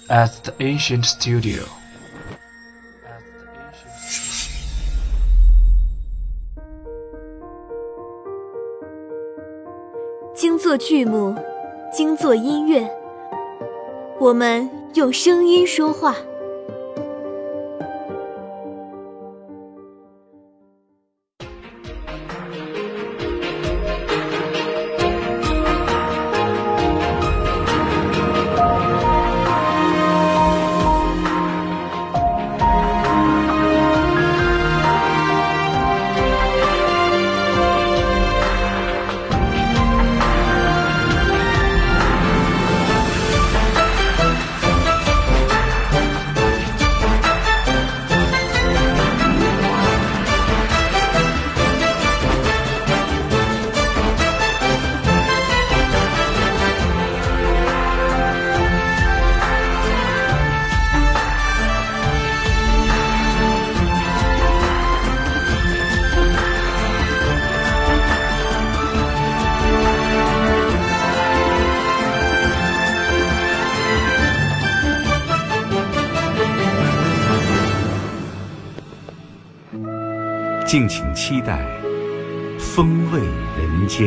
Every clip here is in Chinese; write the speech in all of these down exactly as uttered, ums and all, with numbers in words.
at the ancient studio. 精作剧目，精作音乐，我们用声音说话。 敬请期待《风味人间》。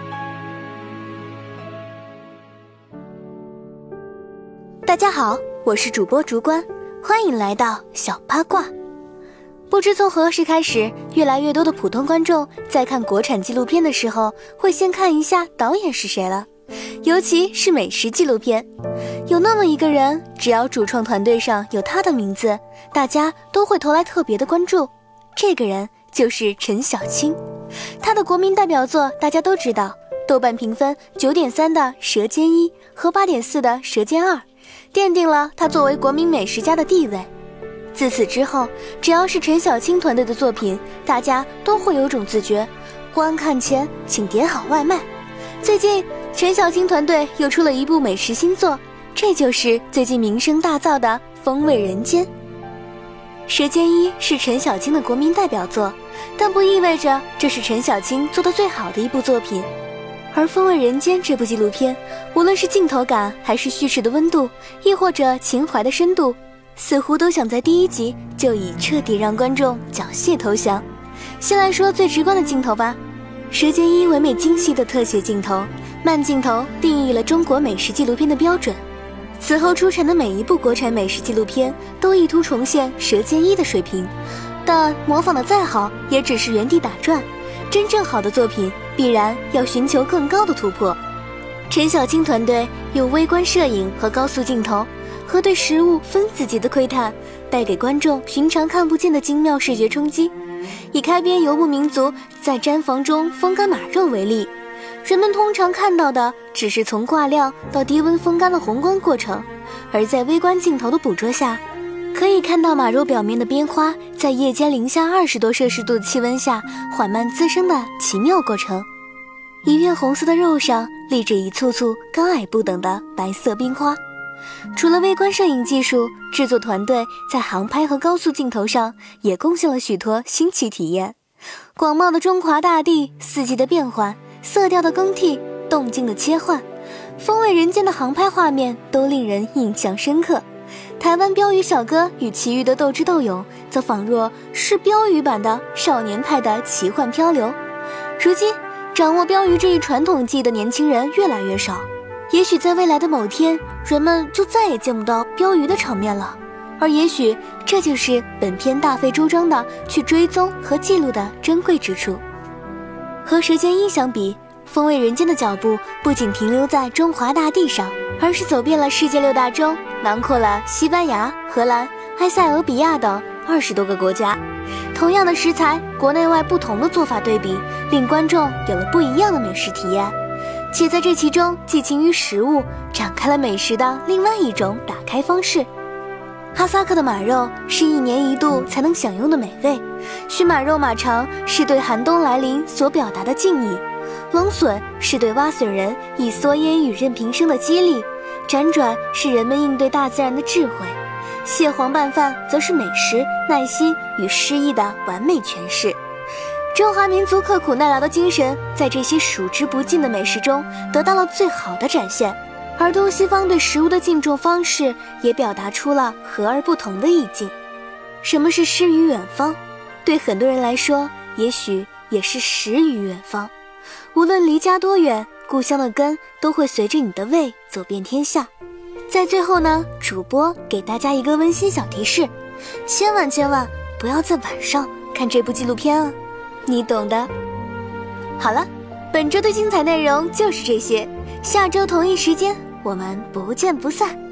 大家好，我是主播竹关，欢迎来到小八卦。不知从何时开始，越来越多的普通观众在看国产纪录片的时候，会先看一下导演是谁了，尤其是美食纪录片。有那么一个人，只要主创团队上有他的名字，大家都会投来特别的关注。这个人就是陈小青，他的国民代表作大家都知道，豆瓣评分 九点三 的《舌尖一》和 八点四 的《舌尖二》，奠定了他作为国民美食家的地位。自此之后，只要是陈小青团队的作品，大家都会有种自觉，观看前请点好外卖。最近陈小青团队又出了一部美食新作，这就是最近名声大噪的《风味人间》。《舌尖一》是陈小青的国民代表作，但不意味着这是陈小青做的最好的一部作品。而《风味人间》这部纪录片，无论是镜头感，还是叙事的温度，亦或者情怀的深度，似乎都想在第一集就以彻底让观众缴械投降。先来说最直观的镜头吧，《舌尖一》唯美精细的特写镜头，慢镜头定义了中国美食纪录片的标准。此后出产的每一部国产美食纪录片都意图重现《舌尖一》的水平，但模仿的再好也只是原地打转，真正好的作品必然要寻求更高的突破。陈小青团队用微观摄影和高速镜头，和对食物分子级的窥探，带给观众寻常看不见的精妙视觉冲击。以开篇游牧民族在毡房中风干马肉为例，人们通常看到的只是从挂料到低温风干的宏观过程，而在微观镜头的捕捉下，可以看到马肉表面的边花在夜间零下二十多摄氏度的气温下缓慢滋生的奇妙过程。一片红色的肉上立着一簇簇高矮不等的白色冰花。除了微观摄影技术，制作团队在航拍和高速镜头上也贡献了许多新奇体验。广袤的中华大地，四季的变换，色调的更替，动静的切换，风味人间的航拍画面都令人印象深刻。台湾标语小哥与其余的斗智斗勇，则仿若是标语版的少年派的奇幻漂流。如今掌握标语这一传统技艺的年轻人越来越少，也许在未来的某天，人们就再也见不到标语的场面了。而也许这就是本片大费周章的去追踪和记录的珍贵之处。和《舌尖一》相比，《风味人间》的脚步不仅停留在中华大地上，而是走遍了世界六大洲，囊括了西班牙、荷兰、埃塞俄比亚等二十多个国家。同样的食材，国内外不同的做法对比，令观众有了不一样的美食体验。且在这其中寄情于食物，展开了美食的另外一种打开方式。哈萨克的马肉是一年一度才能享用的美味，熏马肉马肠是对寒冬来临所表达的敬意，龙笋是对挖笋人以缩烟雨刃平生的激励，辗转是人们应对大自然的智慧，蟹黄拌饭则是美食、耐心与诗意的完美诠释。中华民族刻苦耐劳的精神在这些数之不尽的美食中得到了最好的展现。 而东西方对食物的敬重方式也表达出了和而不同的意境。什么是诗与远方？对很多人来说，也许也是食与远方。无论离家多远，故乡的根都会随着你的胃走遍天下。在最后呢，主播给大家一个温馨小提示，千万千万不要在晚上看这部纪录片啊，你懂的。好了，本周的精彩内容就是这些，下周同一时间我们不见不散。